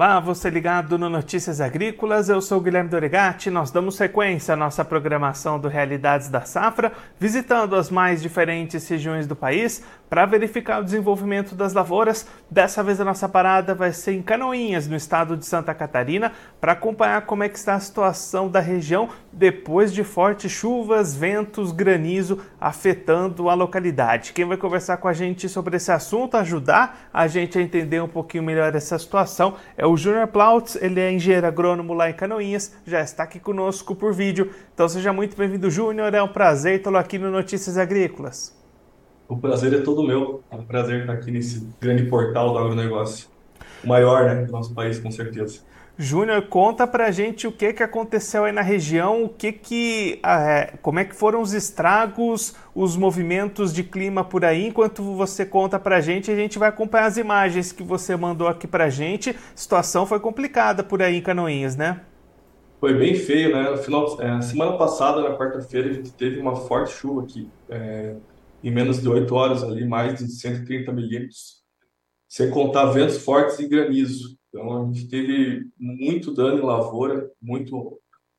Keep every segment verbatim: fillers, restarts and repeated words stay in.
Olá, você ligado no Notícias Agrícolas, eu sou o Guilherme Dorigatti. Nós damos sequência à nossa programação do Realidades da Safra, visitando as mais diferentes regiões do país para verificar o desenvolvimento das lavouras. Dessa vez a nossa parada vai ser em Canoinhas, no estado de Santa Catarina, para acompanhar como é que está a situação da região depois de fortes chuvas, ventos, granizo afetando a localidade. Quem vai conversar com a gente sobre esse assunto, ajudar a gente a entender um pouquinho melhor essa situação, é o Júnior Plautz. Ele é engenheiro agrônomo lá em Canoinhas, já está aqui conosco por vídeo. Então seja muito bem-vindo, Júnior, é um prazer tê-lo aqui no Notícias Agrícolas. O prazer é todo meu. É um prazer estar aqui nesse grande portal do agronegócio. O maior, né, do nosso país, com certeza. Júnior, conta pra gente o que, que aconteceu aí na região, o que que, é, como é que foram os estragos, os movimentos de clima por aí. Enquanto você conta pra gente, a gente vai acompanhar as imagens que você mandou aqui pra gente. A situação foi complicada por aí em Canoinhas, né? Foi bem feio, né? No final, é, semana passada, na quarta-feira, a gente teve uma forte chuva aqui. É, em menos de oito horas ali, mais de cento e trinta milímetros. Sem contar ventos fortes e granizo. Então, a gente teve muito dano em lavoura, muito.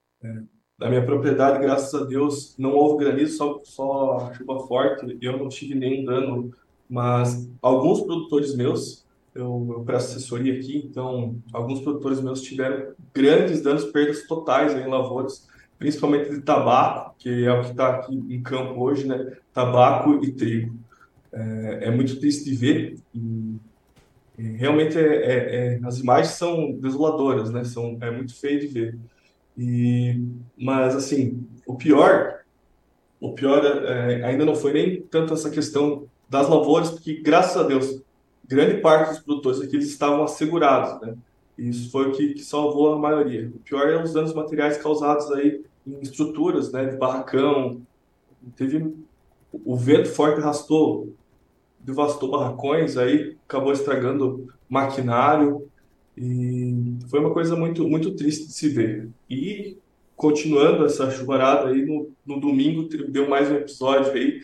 Da minha propriedade, graças a Deus, não houve granizo, só, só chuva forte. Eu não tive nenhum dano, mas alguns produtores meus, eu, eu presto assessoria aqui, então alguns produtores meus tiveram grandes danos, perdas totais em lavouras, principalmente de tabaco, que é o que está aqui em campo hoje, né? Tabaco e trigo. É, é muito triste de ver e, e realmente é, é, é, as imagens são desoladoras, né? São, é muito feio de ver. E, mas assim, o pior, o pior é, ainda não foi nem tanto essa questão das lavouras, porque graças a Deus, grande parte dos produtores aqui eles estavam assegurados, né? E isso foi o que, que salvou a maioria. O pior é os danos materiais causados aí em estruturas, né, de barracão. Teve o vento forte arrastou, devastou barracões, aí acabou estragando maquinário. E foi uma coisa muito, muito triste de se ver. E continuando essa chuvarada aí, no, no domingo deu mais um episódio aí,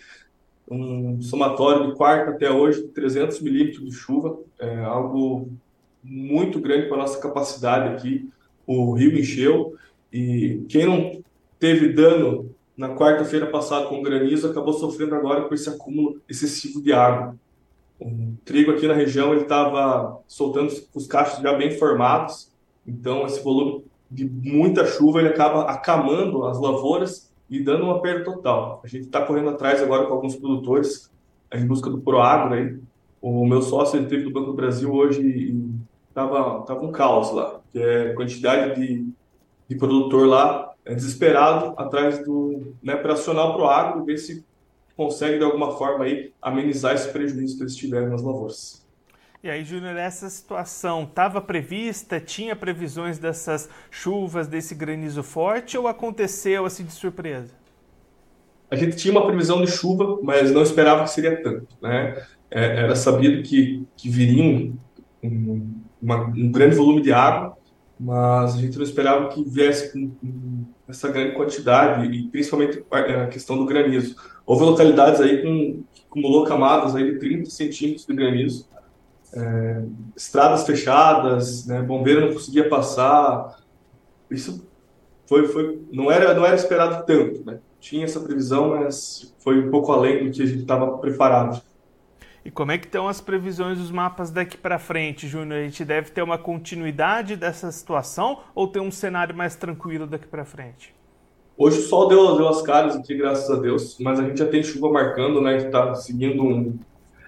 um somatório de quarta até hoje, de trezentos milímetros de chuva, é algo muito grande para a nossa capacidade aqui. O rio encheu e quem não teve dano na quarta-feira passada com granizo acabou sofrendo agora com esse acúmulo excessivo de água. O trigo aqui na região ele estava soltando os cachos já bem formados, então esse volume de muita chuva ele acaba acamando as lavouras e dando uma perda total. A gente está correndo atrás agora com alguns produtores em busca do Proagro aí. O meu sócio ele teve do Banco do Brasil hoje e tava tava um caos lá, que é quantidade de, de produtor lá é desesperado atrás do, né, para acionar o Proagro, ver se consegue de alguma forma aí amenizar esse prejuízo que eles tiveram nas lavouras. E aí, Júnior, essa situação estava prevista? Tinha previsões dessas chuvas, desse granizo forte, ou aconteceu assim de surpresa? A gente tinha uma previsão de chuva, mas não esperava que seria tanto, né? É, era sabido que, que viria um, um, uma, um grande volume de água, mas a gente não esperava que viesse com, com essa grande quantidade e principalmente a questão do granizo. Houve localidades aí com, que acumulou camadas aí de trinta centímetros de granizo, estradas fechadas, né? Bombeiro não conseguia passar. Isso foi, foi, não era, não era esperado tanto, né? Tinha essa previsão, mas foi um pouco além do que a gente estava preparado. E como é que estão as previsões dos mapas daqui para frente, Júnior? A gente deve ter uma continuidade dessa situação ou ter um cenário mais tranquilo daqui para frente? Hoje o sol deu, deu as caras aqui, graças a Deus, mas a gente já tem chuva marcando, né? A gente está seguindo um.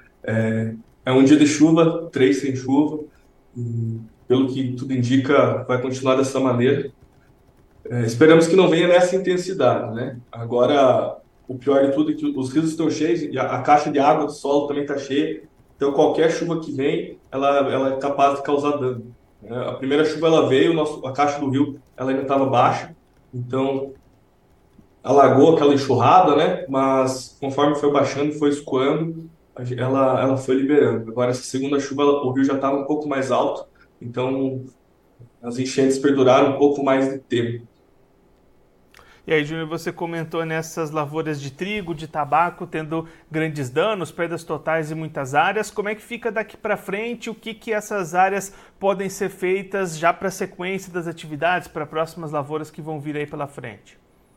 É um dia de chuva, três sem chuva, e pelo que tudo indica, vai continuar dessa maneira. É, esperamos que não venha nessa intensidade, né? Agora, o pior de tudo é que os rios estão cheios e a, a caixa de água do solo também está cheia. Então, qualquer chuva que vem, ela, ela é capaz de causar dano, né? A primeira chuva ela veio, o nosso, a caixa do rio ela ainda estava baixa, então alagou aquela enxurrada, né? Mas conforme foi baixando, foi escoando, a gen- ela, ela foi liberando. Agora, essa segunda chuva, ela, o rio já estava um pouco mais alto, então as enchentes perduraram um pouco mais de tempo. E aí, Júnior, você comentou nessas lavouras de trigo, de tabaco, tendo grandes danos, perdas totais em muitas áreas. Como é que fica daqui para frente? O que, que essas áreas podem ser feitas já para a sequência das atividades, para próximas lavouras que vão vir aí pela frente?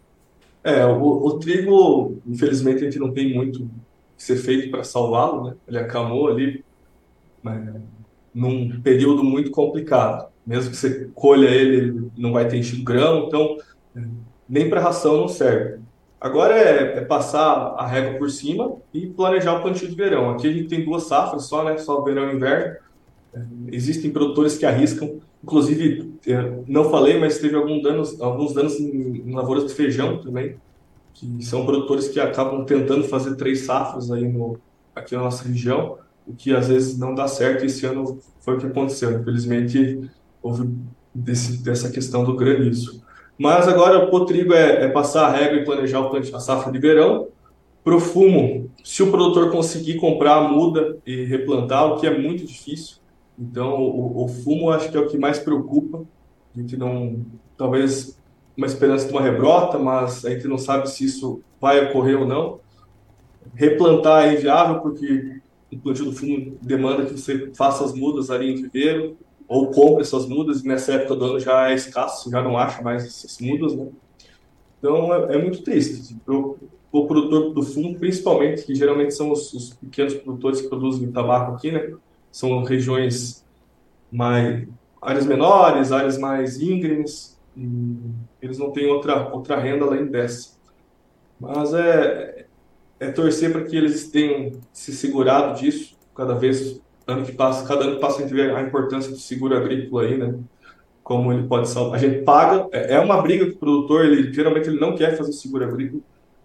É, o, o trigo, infelizmente, a gente não tem muito que ser feito para salvá-lo, né? Ele acamou ali, né, num período muito complicado. Mesmo que você colha ele, ele não vai ter enchido grão, então nem para ração não serve. Agora é, é passar a régua por cima e planejar o plantio de verão. Aqui a gente tem duas safras só, né? Só verão e inverno. Existem produtores que arriscam, inclusive, não falei, mas teve alguns danos, alguns danos em, em lavouras de feijão também, que são produtores que acabam tentando fazer três safras aí no, aqui na nossa região, o que às vezes não dá certo. Esse ano foi o que aconteceu. Infelizmente, houve desse, dessa questão do granizo. Mas agora o trigo é, é passar a régua e planejar o plantio, a safra de verão. Para o fumo, se o produtor conseguir comprar a muda e replantar, o que é muito difícil. Então, o, o fumo acho que é o que mais preocupa. A gente não, talvez uma esperança de uma rebrota, mas a gente não sabe se isso vai ocorrer ou não. Replantar é inviável porque o plantio do fumo demanda que você faça as mudas ali em viveiro ou compre essas mudas, e nessa época do ano já é escasso, já não acha mais essas mudas, né? Então é, é muito triste. O, o produtor do fumo, principalmente, que geralmente são os, os pequenos produtores que produzem tabaco aqui, né? São regiões mais, áreas menores, áreas mais íngremes, e eles não têm outra, outra renda além dessa. Mas é, é torcer para que eles tenham se segurado disso, cada vez, ano que passa, cada ano que passa a gente vê a importância do seguro agrícola aí, né? Como ele pode salvar. A gente paga, é é uma briga com o produtor, ele geralmente ele não quer fazer seguro agrícola,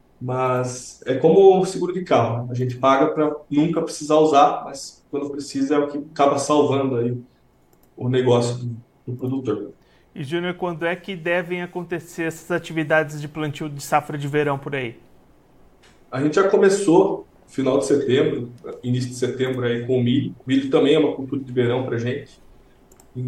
mas é como o seguro de carro, a gente paga para nunca precisar usar, mas quando precisa é o que acaba salvando aí o negócio do, do produtor. E, Júnior, quando é que devem acontecer essas atividades de plantio de safra de verão por aí? A gente já começou final de setembro, início de setembro aí com o milho. O milho também é uma cultura de verão para gente. E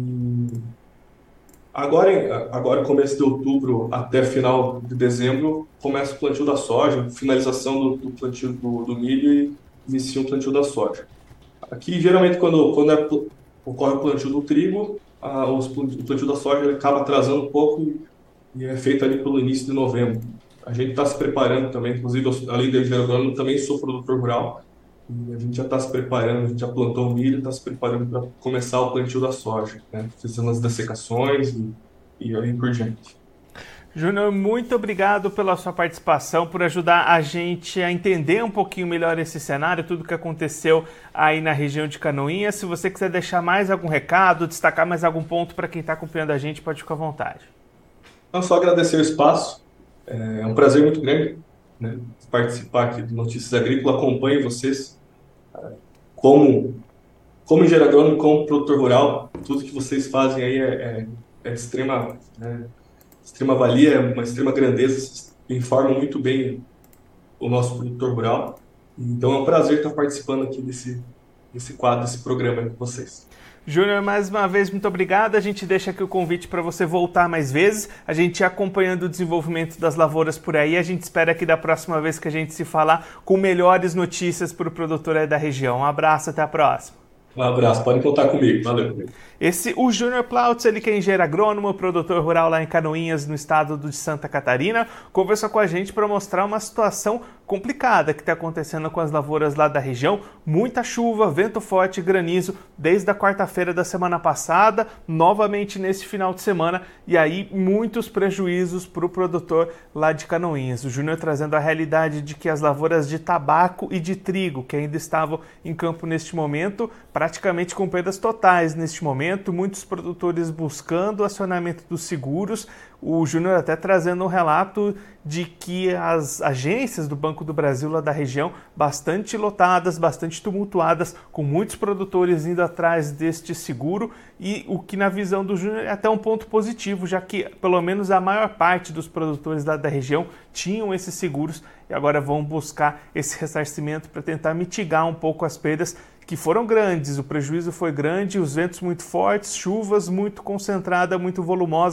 agora, em- agora, começo de outubro até final de dezembro, começa o plantio da soja, finalização do, do plantio do, do milho e inicia o plantio da soja. Aqui, geralmente, quando, quando é pl- ocorre o plantio do trigo, a, os plant- o plantio da soja ele acaba atrasando um pouco e, e é feito ali pelo início de novembro. A gente está se preparando também, inclusive, eu, além de engenheiro agrônomo, também sou produtor rural, e a gente já está se preparando, a gente já plantou o milho, está se preparando para começar o plantio da soja, né? Fazendo as dessecações e, e aí por diante. Júnior, muito obrigado pela sua participação, por ajudar a gente a entender um pouquinho melhor esse cenário, tudo que aconteceu aí na região de Canoinhas. Se você quiser deixar mais algum recado, destacar mais algum ponto para quem está acompanhando a gente, pode ficar à vontade. Não só agradecer o espaço, é um prazer muito grande, né, participar aqui do Notícias Agrícolas, acompanho vocês como, como engenheiro agrônomo, como produtor rural, tudo que vocês fazem aí é, é, é de extrema, né, extrema valia, é uma extrema grandeza, vocês informam muito bem o nosso produtor rural. Então é um prazer estar participando aqui desse, desse quadro, desse programa com vocês. Júnior, mais uma vez, muito obrigado. A gente deixa aqui o convite para você voltar mais vezes. A gente ia acompanhando o desenvolvimento das lavouras por aí. A gente espera que da próxima vez que a gente se falar com melhores notícias para o produtor aí da região. Um abraço, até a próxima. Um abraço, podem contar comigo. Valeu. Esse, o Júnior Plautz, ele que é engenheiro agrônomo, produtor rural lá em Canoinhas, no estado de Santa Catarina, conversou com a gente para mostrar uma situação complicada que está acontecendo com as lavouras lá da região. Muita chuva, vento forte, granizo, desde a quarta-feira da semana passada, novamente nesse final de semana, e aí muitos prejuízos para o produtor lá de Canoinhas. O Júnior trazendo a realidade de que as lavouras de tabaco e de trigo, que ainda estavam em campo neste momento, praticamente com perdas totais neste momento, muitos produtores buscando o acionamento dos seguros. O Júnior até trazendo um relato de que as agências do Banco do Brasil lá da região bastante lotadas, bastante tumultuadas, com muitos produtores indo atrás deste seguro, e o que na visão do Júnior é até um ponto positivo, já que pelo menos a maior parte dos produtores lá da região tinham esses seguros e agora vão buscar esse ressarcimento para tentar mitigar um pouco as perdas que foram grandes. O prejuízo foi grande, os ventos muito fortes, chuvas muito concentrada, muito volumosa,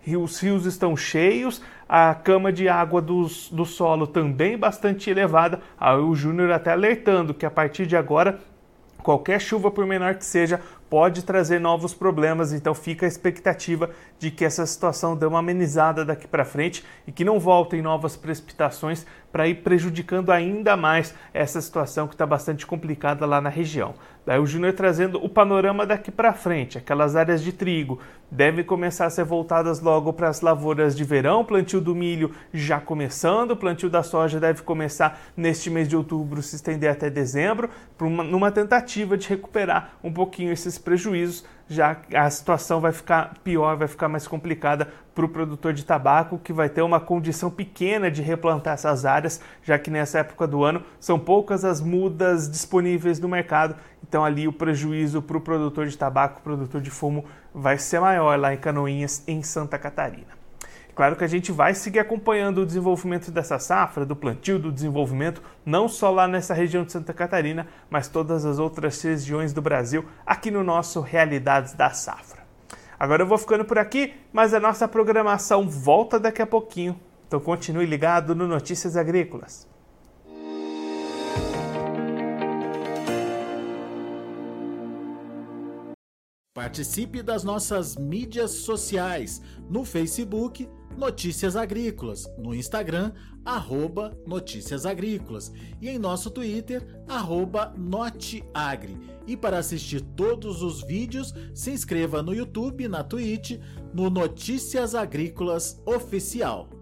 os rios estão cheios, a cama de água do, do solo também bastante elevada. Aí o Júnior até alertando que a partir de agora, qualquer chuva, por menor que seja, pode trazer novos problemas, então fica a expectativa de que essa situação dê uma amenizada daqui para frente e que não voltem novas precipitações para ir prejudicando ainda mais essa situação que está bastante complicada lá na região. Daí o Júnior trazendo o panorama daqui para frente, aquelas áreas de trigo devem começar a ser voltadas logo para as lavouras de verão, plantio do milho já começando, plantio da soja deve começar neste mês de outubro, se estender até dezembro, uma, numa tentativa de recuperar um pouquinho esses prejuízos, já que a situação vai ficar pior, vai ficar mais complicada para o produtor de tabaco, que vai ter uma condição pequena de replantar essas áreas, já que nessa época do ano são poucas as mudas disponíveis no mercado, então ali o prejuízo para o produtor de tabaco, produtor de fumo, vai ser maior lá em Canoinhas, em Santa Catarina. Claro que a gente vai seguir acompanhando o desenvolvimento dessa safra, do plantio, do desenvolvimento, não só lá nessa região de Santa Catarina, mas todas as outras regiões do Brasil, aqui no nosso Realidades da Safra. Agora eu vou ficando por aqui, mas a nossa programação volta daqui a pouquinho. Então continue ligado no Notícias Agrícolas. Participe das nossas mídias sociais, no Facebook, Notícias Agrícolas, no Instagram, arroba Notícias Agrícolas e em nosso Twitter, arroba Noteagri. E para assistir todos os vídeos, se inscreva no YouTube, na Twitch, no Notícias Agrícolas Oficial.